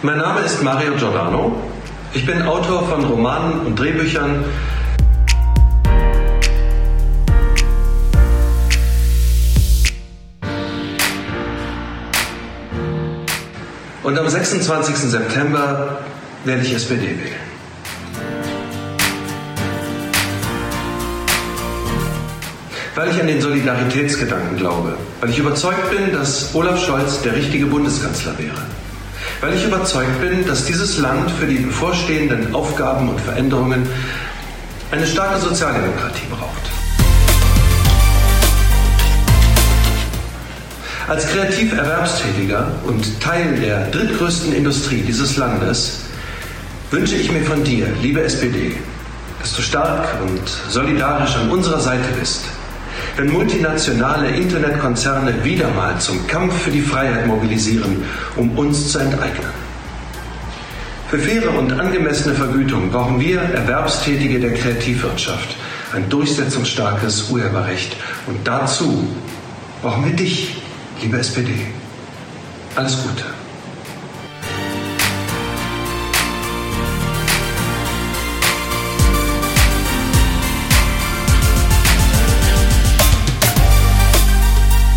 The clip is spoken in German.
Mein Name ist Mario Giordano. Ich bin Autor von Romanen und Drehbüchern. Und am 26. September werde ich SPD wählen. Weil ich an den Solidaritätsgedanken glaube, weil ich überzeugt bin, dass Olaf Scholz der richtige Bundeskanzler wäre, weil ich überzeugt bin, dass dieses Land für die bevorstehenden Aufgaben und Veränderungen eine starke Sozialdemokratie braucht. Als Kreativerwerbstätiger und Teil der drittgrößten Industrie dieses Landes wünsche ich mir von dir, liebe SPD, dass du stark und solidarisch an unserer Seite bist, wenn multinationale Internetkonzerne wieder mal zum Kampf für die Freiheit mobilisieren, um uns zu enteignen. Für faire und angemessene Vergütung brauchen wir Erwerbstätige der Kreativwirtschaft ein durchsetzungsstarkes Urheberrecht. Und dazu brauchen wir dich, liebe SPD. Alles Gute.